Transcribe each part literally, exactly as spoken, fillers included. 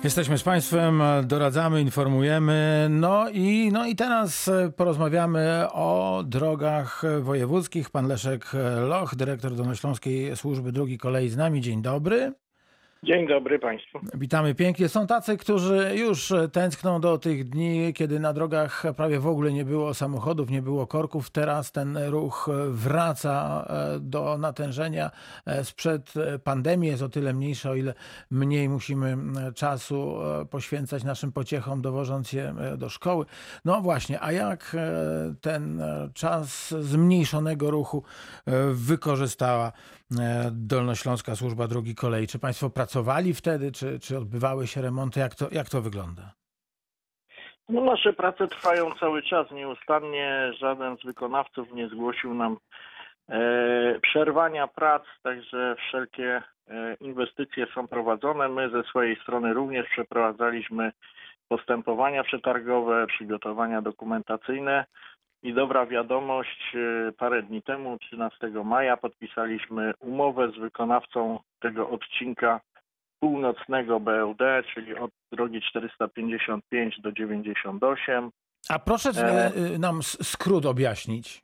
Jesteśmy z Państwem, doradzamy, informujemy. No i, no i teraz porozmawiamy o drogach wojewódzkich. Pan Leszek Loch, dyrektor Dolnośląskiej Służby Dróg i Kolei z nami. Dzień dobry. Dzień dobry Państwu. Witamy pięknie. Są tacy, którzy już tęskną do tych dni, kiedy na drogach prawie w ogóle nie było samochodów, nie było korków. Teraz ten ruch wraca do natężenia. Sprzed pandemii jest o tyle mniejszy, o ile mniej musimy czasu poświęcać naszym pociechom, dowożąc je do szkoły. No właśnie, a jak ten czas zmniejszonego ruchu wykorzystała Dolnośląska Służba Dróg i Kolei? Czy Państwo pracowali wtedy, czy, czy odbywały się remonty? Jak to, jak to wygląda? No, nasze prace trwają cały czas nieustannie. Żaden z wykonawców nie zgłosił nam e, przerwania prac, także wszelkie e, inwestycje są prowadzone. My ze swojej strony również przeprowadzaliśmy postępowania przetargowe, przygotowania dokumentacyjne. I dobra wiadomość, parę dni temu, trzynastego maja, podpisaliśmy umowę z wykonawcą tego odcinka północnego B L D, czyli od drogi czterysta pięćdziesiąt pięć do dziewięćdziesiąt osiem. A proszę e... nam skrót objaśnić.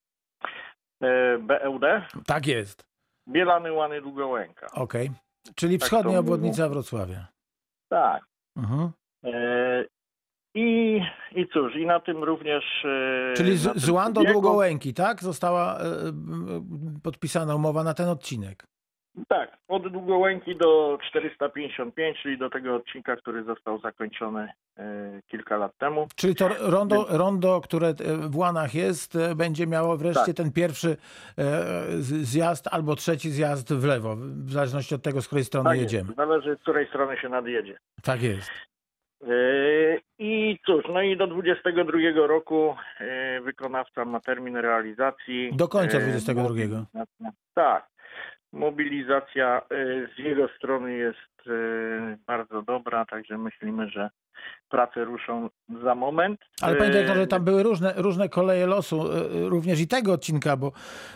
B L D? Tak jest. Bielany Łany Długołęka. Okej. Okay. Czyli tak wschodnia obwodnica Wrocławia. Tak. Mhm. E... I, I cóż, i na tym również... Czyli z, z Łan do Długołęki, tak? Została e, podpisana umowa na ten odcinek. Tak, od Długołęki do czterysta pięćdziesiąt pięć, czyli do tego odcinka, który został zakończony e, kilka lat temu. Czyli to rondo, rondo, które w Łanach jest, będzie miało wreszcie tak. ten pierwszy e, zjazd albo trzeci zjazd w lewo, w zależności od tego, z której strony tak jedziemy. Jest. Zależy, z której strony się nadjedzie. Tak jest. I cóż, no i do dwudziestego drugiego roku wykonawca ma termin realizacji. Do końca dwudziestego drugiego. Tak. Mobilizacja z jego strony jest bardzo dobra, także myślimy, że prace ruszą za moment. Ale panie dyrektorze, tam były różne, różne koleje losu, również i tego odcinka, bo,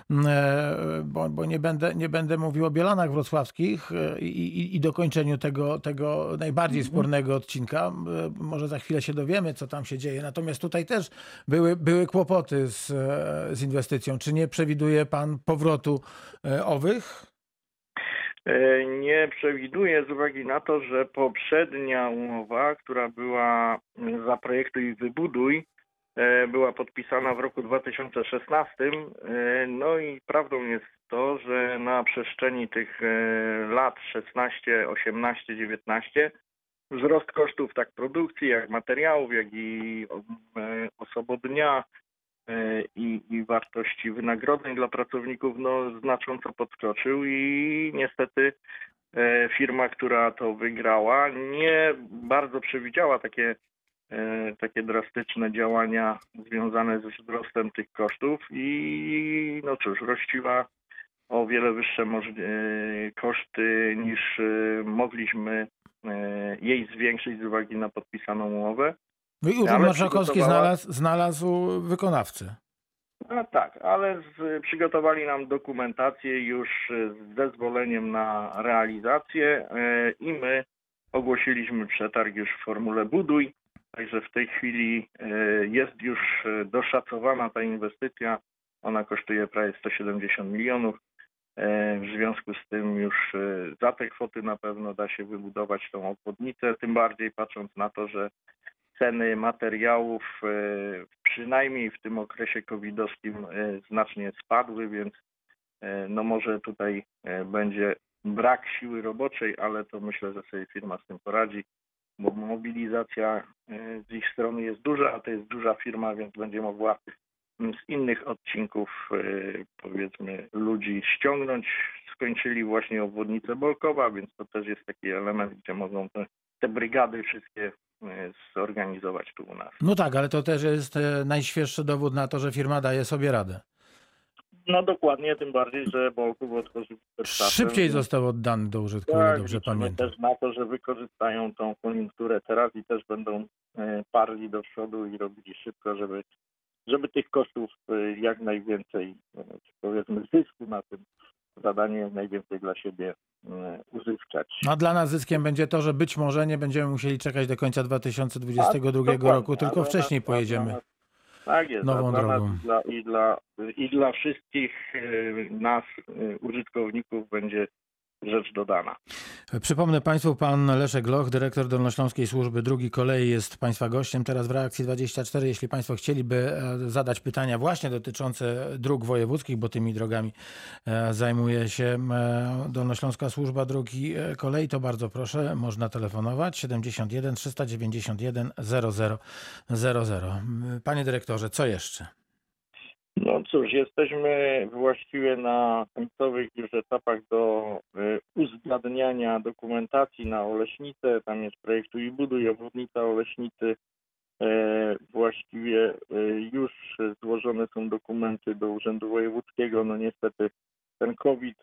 bo, bo nie, będę, nie będę mówił o Bielanach Wrocławskich i, i, i dokończeniu tego, tego najbardziej spornego odcinka. Może za chwilę się dowiemy, co tam się dzieje. Natomiast tutaj też były, były kłopoty z, z inwestycją. Czy nie przewiduje pan powrotu owych? Nie przewiduję z uwagi na to, że poprzednia umowa, która była Zaprojektuj i Wybuduj, była podpisana w roku dwa tysiące szesnastym. No i prawdą jest to, że na przestrzeni tych lat szesnaście, osiemnaście, dziewiętnaście wzrost kosztów tak produkcji, jak materiałów, jak i osobodnia I, i wartości wynagrodzeń dla pracowników no, znacząco podskoczył i niestety e, firma, która to wygrała, nie bardzo przewidziała takie, e, takie drastyczne działania związane ze wzrostem tych kosztów i no cóż, rościła o wiele wyższe e, koszty niż e, mogliśmy e, jej zwiększyć z uwagi na podpisaną umowę. No i Urząd Marszałkowski znalazł, znalazł wykonawcę. No tak, ale z, przygotowali nam dokumentację już z zezwoleniem na realizację yy, i my ogłosiliśmy przetarg już w formule Buduj. Także w tej chwili yy, jest już doszacowana ta inwestycja. Ona kosztuje prawie sto siedemdziesiąt milionów. Yy, w związku z tym już yy, za te kwoty na pewno da się wybudować tą obwodnicę. Tym bardziej patrząc na to, że ceny materiałów przynajmniej w tym okresie covidowskim znacznie spadły, więc no może tutaj będzie brak siły roboczej, ale to myślę, że sobie firma z tym poradzi, bo mobilizacja z ich strony jest duża, a to jest duża firma, więc będzie mogła z innych odcinków powiedzmy ludzi ściągnąć. Skończyli właśnie obwodnicę Bolkowa, więc to też jest taki element, gdzie mogą te, te brygady wszystkie zorganizować tu u nas. No tak, ale to też jest najświeższy dowód na to, że firma daje sobie radę. No dokładnie, tym bardziej, że Bolków otworzył przed czasem. Szybciej został oddany do użytku, tak, ile dobrze pamiętam. Też na to, że wykorzystają tą koniunkturę teraz i też będą parli do przodu i robili szybko, żeby, żeby tych kosztów jak najwięcej, powiedzmy, zysku na tym zadanie jak najwięcej dla siebie uzyskać. A dla nas zyskiem będzie to, że być może nie będziemy musieli czekać do końca dwa tysiące dwudziestego drugiego roku, tylko wcześniej nas, pojedziemy nas, tak jest, nową dla drogą. nas i dla, i, dla, i dla wszystkich nas, użytkowników, będzie rzecz dodana. Przypomnę Państwu, pan Leszek Loch, dyrektor Dolnośląskiej Służby Dróg i Kolei, jest Państwa gościem teraz w Reakcji dwadzieścia cztery. Jeśli Państwo chcieliby zadać pytania właśnie dotyczące dróg wojewódzkich, bo tymi drogami zajmuje się Dolnośląska Służba Dróg i Kolei, to bardzo proszę, można telefonować siedemdziesiąt jeden trzysta dziewięćdziesiąt jeden zero zero zero zero. Panie dyrektorze, co jeszcze? No cóż, jesteśmy właściwie na końcowych już etapach do uzgadniania dokumentacji na Oleśnicę. Tam jest projektuj i buduj, obwodnica Oleśnicy. Właściwie już złożone są dokumenty do Urzędu Wojewódzkiego. No niestety ten COVID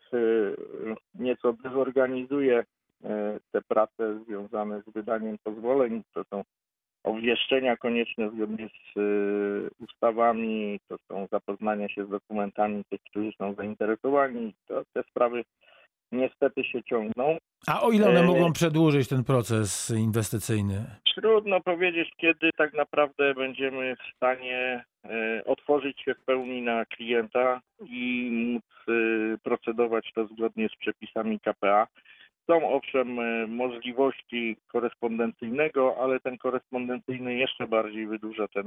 nieco dezorganizuje te prace związane z wydaniem pozwoleń. To są obwieszczenia konieczne zgodnie z y, ustawami, to są zapoznania się z dokumentami tych, którzy są zainteresowani. To, te sprawy niestety się ciągną. A o ile one mogą przedłużyć ten proces inwestycyjny? Trudno powiedzieć, kiedy tak naprawdę będziemy w stanie y, otworzyć się w pełni na klienta i móc y, procedować to zgodnie z przepisami K P A. Są owszem możliwości korespondencyjnego, ale ten korespondencyjny jeszcze bardziej wydłuża ten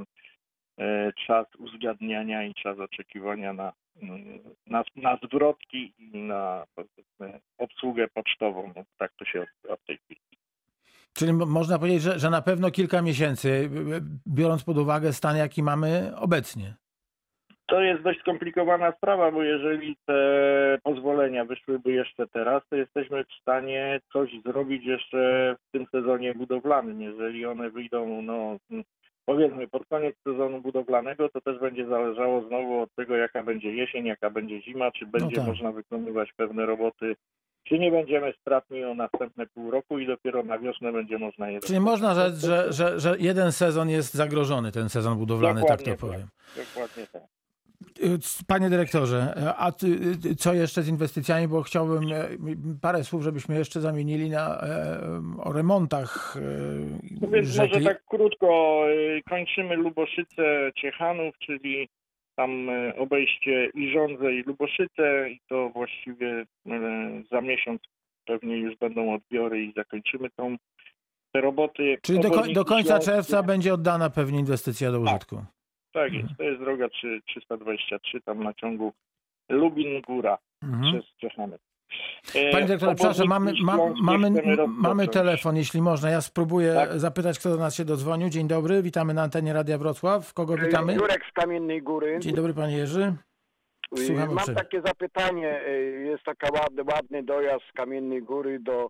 czas uzgadniania i czas oczekiwania na, na, na zwrotki i na obsługę pocztową. No, tak to się od tej chwili. Czyli można powiedzieć, że, że na pewno kilka miesięcy, biorąc pod uwagę stan, jaki mamy obecnie. To jest dość skomplikowana sprawa, bo jeżeli te pozwolenia wyszłyby jeszcze teraz, to jesteśmy w stanie coś zrobić jeszcze w tym sezonie budowlanym. Jeżeli one wyjdą, no powiedzmy pod koniec sezonu budowlanego, to też będzie zależało znowu od tego, jaka będzie jesień, jaka będzie zima, czy będzie no tak. można wykonywać pewne roboty, czy nie będziemy stratni o następne pół roku i dopiero na wiosnę będzie można je... Czyli można rzec, że, że, że jeden sezon jest zagrożony, ten sezon budowlany, dokładnie tak to tak, powiem. Dokładnie tak. Panie dyrektorze, a co jeszcze z inwestycjami, bo chciałbym parę słów, żebyśmy jeszcze zamienili na o remontach. No więc może tak krótko, kończymy Luboszyce Ciechanów, czyli tam obejście Iżądze i Luboszyce i to właściwie za miesiąc pewnie już będą odbiory i zakończymy tą, te roboty. Czyli do, do końca czerwca będzie oddana pewnie inwestycja do użytku. Tak. Tak jest, to jest droga trzysta dwadzieścia trzy, tam na ciągu Lubin-Góra mhm. przez Ciechany. Panie dyrektorze, przepraszam, mamy, ma, mamy, mamy telefon, jeśli można. Ja spróbuję tak? zapytać, kto do nas się dodzwonił. Dzień dobry, witamy na antenie Radia Wrocław. Kogo witamy? Jurek z Kamiennej Góry. Dzień dobry, panie Jerzy. Słuchamy. Mam uprzejmie. Takie zapytanie. Jest taki ładny, ładny dojazd z Kamiennej Góry do,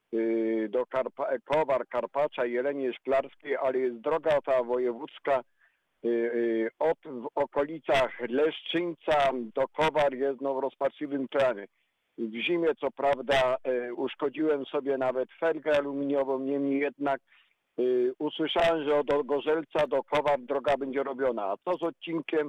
do Karpa, Kowar, Karpacza i Jeleni Szklarskiej, ale jest droga ta wojewódzka od w okolicach Leszczyńca do Kowar jest no, w rozpaczliwym stanie. W zimie co prawda uszkodziłem sobie nawet felgę aluminiową, niemniej jednak usłyszałem, że od Ogorzelca do Kowar droga będzie robiona. A co z odcinkiem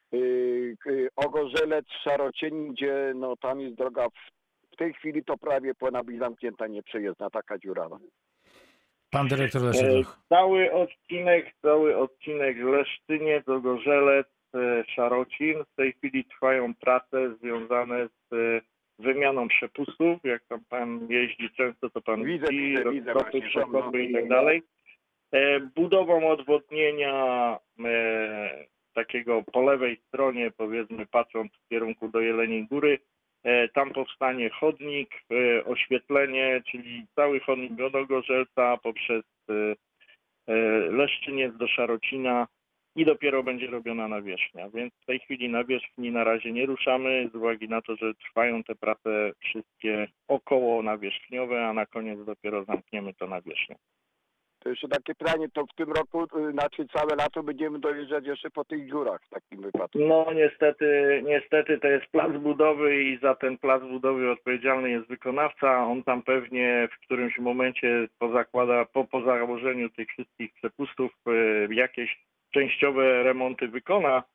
Ogorzelec-Szarocień, gdzie no, tam jest droga w, w tej chwili to prawie po nabyć zamknięta, nieprzejezdna, taka dziurawa. Pan dyrektor Leszek. Cały odcinek, cały odcinek Leszczyniec, Ogorzelec, Szarocin. W tej chwili trwają prace związane z wymianą przepustów. Jak tam pan jeździ często, to pan widzę, widzi, widzę, widzę roztopi, przekopy i tak dalej. Budową odwodnienia e, takiego po lewej stronie, powiedzmy patrząc w kierunku do Jeleniej Góry, tam powstanie chodnik, oświetlenie, czyli cały chodnik od Ogorzelca poprzez Leszczyniec do Szarocina i dopiero będzie robiona nawierzchnia. Więc w tej chwili nawierzchni na razie nie ruszamy z uwagi na to, że trwają te prace wszystkie około nawierzchniowe, a na koniec dopiero zamkniemy to nawierzchnię. To jeszcze takie pytanie, to w tym roku, znaczy całe lato będziemy dojeżdżać jeszcze po tych dziurach w takim wypadku? No niestety, niestety to jest plac budowy i za ten plac budowy odpowiedzialny jest wykonawca. On tam pewnie w którymś momencie pozakłada, po, po założeniu tych wszystkich przepustów jakieś częściowe remonty wykona.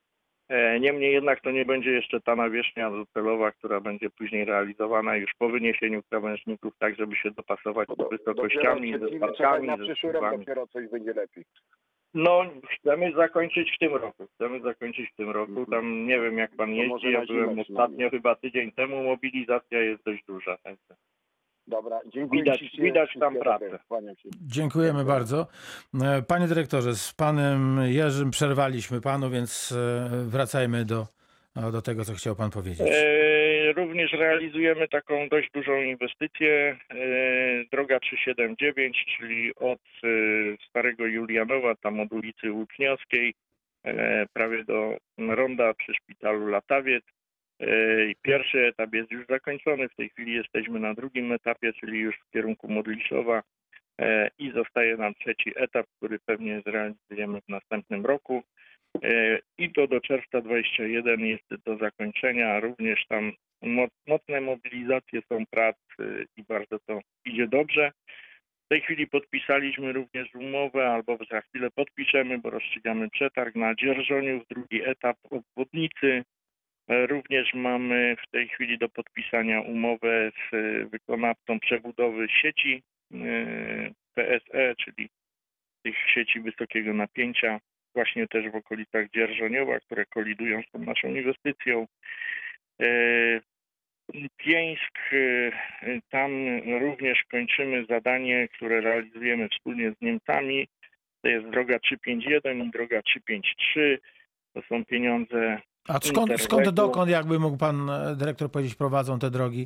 Niemniej jednak to nie będzie jeszcze ta nawierzchnia docelowa, która będzie później realizowana już po wyniesieniu krawężników, tak żeby się dopasować z wysokościami, ze spadkami, na ze przyszły rok słupami. dopiero coś będzie lepiej. No, chcemy zakończyć w tym roku. Chcemy zakończyć w tym roku. Tam nie wiem, jak pan jeździ. Ja byłem ostatnio chyba tydzień temu. Mobilizacja jest dość duża. Także dobra, dziękuję. widać, Ci, widać tam dobre. pracę. Kłaniam się. Dziękujemy bardzo. E, Panie dyrektorze, z panem Jerzym przerwaliśmy panu, więc e, wracajmy do, do tego, co chciał pan powiedzieć. E, również realizujemy taką dość dużą inwestycję. E, droga trzysta siedemdziesiąt dziewięć, czyli od e, Starego Julianowa, tam od ulicy Łuczniowskiej, e, prawie do ronda przy szpitalu Latawiec. E, pierwszy etap jest już zakończony. W tej chwili jesteśmy na drugim etapie, czyli już w kierunku Modliszowa. E, I zostaje nam trzeci etap, który pewnie zrealizujemy w następnym roku. I to do czerwca dwudziestego pierwszego jest do zakończenia. Również tam mocne mobilizacje są prac i bardzo to idzie dobrze. W tej chwili podpisaliśmy również umowę, albo za chwilę podpiszemy, bo rozstrzygamy przetarg na Dzierżoniów, drugi etap obwodnicy. Również mamy w tej chwili do podpisania umowę z wykonawcą przebudowy sieci P S E, czyli tych sieci wysokiego napięcia, właśnie też w okolicach Dzierżoniowa, które kolidują z tą naszą inwestycją. Pieńsk, tam również kończymy zadanie, które realizujemy wspólnie z Niemcami. To jest droga trzysta pięćdziesiąt jeden i droga trzysta pięćdziesiąt trzy. To są pieniądze. A skąd, skąd dokąd, jakby mógł pan dyrektor powiedzieć, prowadzą te drogi?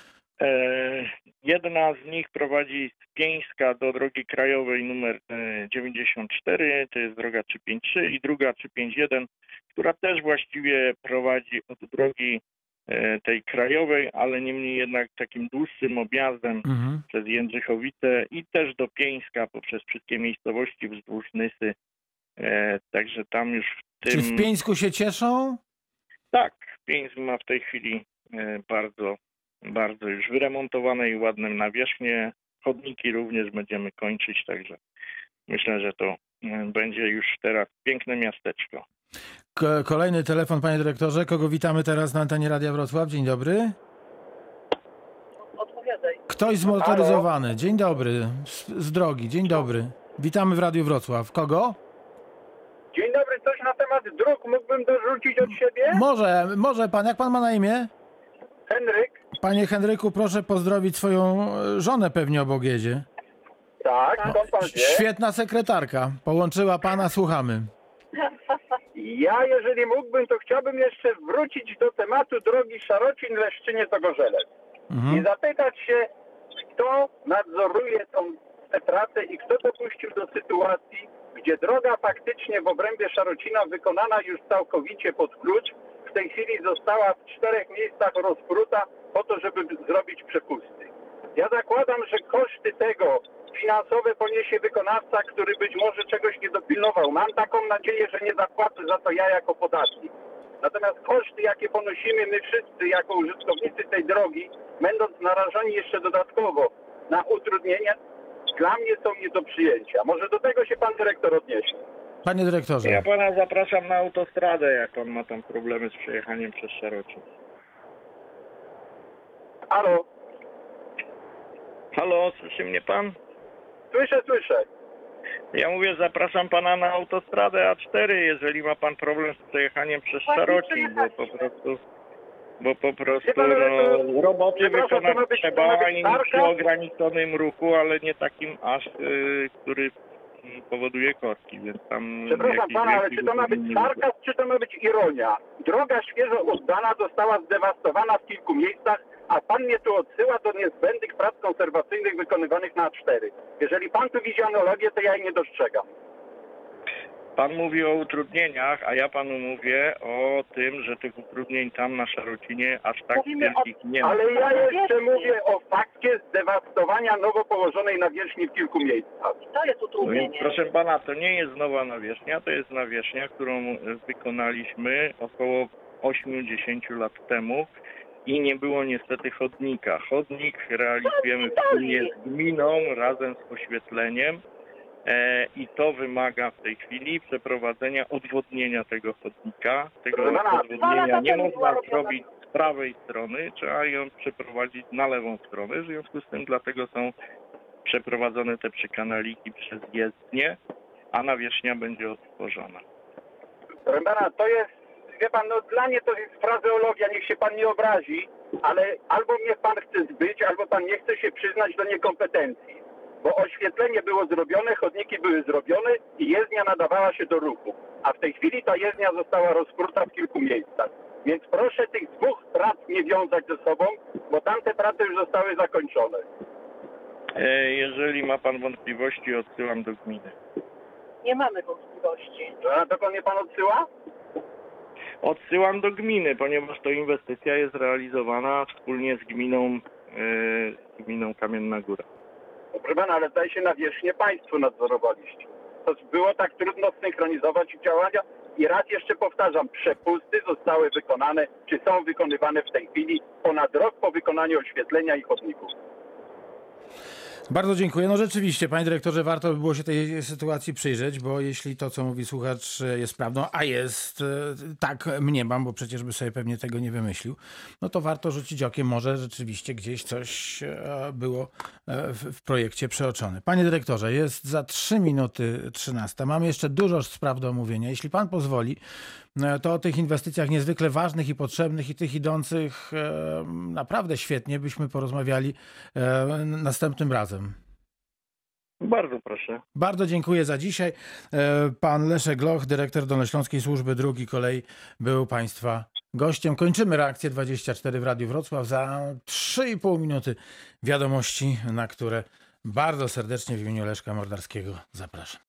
Jedna z nich prowadzi z Pieńska do drogi krajowej numer dziewięćdziesiąt cztery, to jest droga trzysta pięćdziesiąt trzy, i druga trzysta pięćdziesiąt jeden, która też właściwie prowadzi od drogi tej krajowej, ale niemniej jednak takim dłuższym objazdem mhm. przez Jędrzychowice i też do Pieńska poprzez wszystkie miejscowości wzdłuż Nysy. Także tam już w tym... Czy w Pieńsku się cieszą? Tak, Pieńsk ma w tej chwili bardzo bardzo już wyremontowane i ładne nawierzchnie. Chodniki również będziemy kończyć, także myślę, że to będzie już teraz piękne miasteczko. Kolejny telefon, panie dyrektorze. Kogo witamy teraz na antenie Radia Wrocław? Dzień dobry. Odpowiadaj. Ktoś zmotoryzowany. Dzień dobry. Z, z drogi. Dzień dobry. Witamy w Radiu Wrocław. Kogo? Dzień dobry. Coś na temat dróg mógłbym dorzucić od siebie? Może, może pan. Jak pan ma na imię? Henryk. Panie Henryku, proszę pozdrowić swoją żonę, pewnie obok jedzie. Tak, skąd pan wie? Świetna sekretarka. Połączyła pana, słuchamy. Ja, jeżeli mógłbym, to chciałbym jeszcze wrócić do tematu drogi Szarocin-Leszczynie-Zagorzelec. Mhm. I zapytać się, kto nadzoruje tą, tę pracę i kto dopuścił do sytuacji, gdzie droga faktycznie w obrębie Szarocina wykonana już całkowicie pod klucz, w tej chwili została w czterech miejscach rozpruta po to, żeby zrobić przepusty. Ja zakładam, że koszty tego finansowe poniesie wykonawca, który być może czegoś nie dopilnował. Mam taką nadzieję, że nie zapłacę za to ja jako podatnik. Natomiast koszty, jakie ponosimy my wszyscy jako użytkownicy tej drogi, będąc narażeni jeszcze dodatkowo na utrudnienia, dla mnie są nie do przyjęcia. Może do tego się pan dyrektor odniesie. Panie dyrektorze. Ja pana zapraszam na autostradę, jak pan ma tam problemy z przejechaniem przez Szarocin. Halo? Halo, słyszy mnie pan? Słyszę, słyszę. Ja mówię, zapraszam pana na autostradę A cztery, jeżeli ma pan problem z przejechaniem przez Szarocin, bo po prostu... Bo po prostu no, roboty wykonać trzeba i przy ograniczonym ruchu, ale nie takim aż, yy, który powoduje korki, więc tam... Przepraszam pana, ale czy to ma być sarkazm, czy to ma być ironia? Droga świeżo oddana została zdewastowana w kilku miejscach, a pan mnie tu odsyła do niezbędnych prac konserwacyjnych wykonywanych na A cztery. Jeżeli pan tu widzi analogię, to ja jej nie dostrzegam. Pan mówi o utrudnieniach, a ja panu mówię o tym, że tych utrudnień tam na Szarocinie aż tak wielkich nie ma. Ale ja jeszcze mówię o fakcie zdewastowania nowo położonej nawierzchni w kilku miejscach. To jest utrudnienie. No, proszę pana, to nie jest nowa nawierzchnia, to jest nawierzchnia, którą wykonaliśmy około osiem do dziesięciu lat temu i nie było niestety chodnika. Chodnik realizujemy wspólnie z gminą razem z oświetleniem. E, I to wymaga w tej chwili przeprowadzenia odwodnienia tego chodnika. Tego Proszę pana, odwodnienia nie można zrobić z prawej strony, trzeba ją przeprowadzić na lewą stronę. W związku z tym dlatego są przeprowadzone te przekanaliki przez jezdnię, a nawierzchnia będzie odtworzona. Proszę pana, to jest, wie pan, no dla mnie to jest frazeologia, niech się pan nie obrazi, ale albo mnie pan chce zbyć, albo pan nie chce się przyznać do niekompetencji. Bo oświetlenie było zrobione, chodniki były zrobione i jezdnia nadawała się do ruchu. A w tej chwili ta jezdnia została rozpruta w kilku miejscach. Więc proszę tych dwóch prac nie wiązać ze sobą, bo tamte prace już zostały zakończone. E, Jeżeli ma pan wątpliwości, odsyłam do gminy. Nie mamy wątpliwości. A dokąd mnie pan odsyła? Odsyłam do gminy, ponieważ to inwestycja jest realizowana wspólnie z gminą, e, gminą Kamienna Góra. No, proszę pana, ale zdaje się nawierzchnię państwo nadzorowaliście. To było tak trudno synchronizować działania i raz jeszcze powtarzam, przepusty zostały wykonane, czy są wykonywane w tej chwili ponad rok po wykonaniu oświetlenia i chodników. Bardzo dziękuję. No rzeczywiście, panie dyrektorze, warto by było się tej sytuacji przyjrzeć, bo jeśli to, co mówi słuchacz, jest prawdą, a jest, tak mniemam, bo przecież by sobie pewnie tego nie wymyślił, no to warto rzucić okiem, może rzeczywiście gdzieś coś było w, w projekcie przeoczone. Panie dyrektorze, jest za trzy minuty trzynasta. Mamy jeszcze dużo spraw do omówienia. Jeśli pan pozwoli, to o tych inwestycjach niezwykle ważnych i potrzebnych i tych idących naprawdę świetnie byśmy porozmawiali następnym razem. Bardzo proszę. Bardzo dziękuję za dzisiaj. Pan Leszek Gloch, dyrektor Dolnośląskiej Służby Dróg i Kolei, był państwa gościem. Kończymy Reakcję dwadzieścia cztery w Radiu Wrocław. Za trzy i pół minuty wiadomości, na które bardzo serdecznie w imieniu Leszka Mordarskiego zapraszam.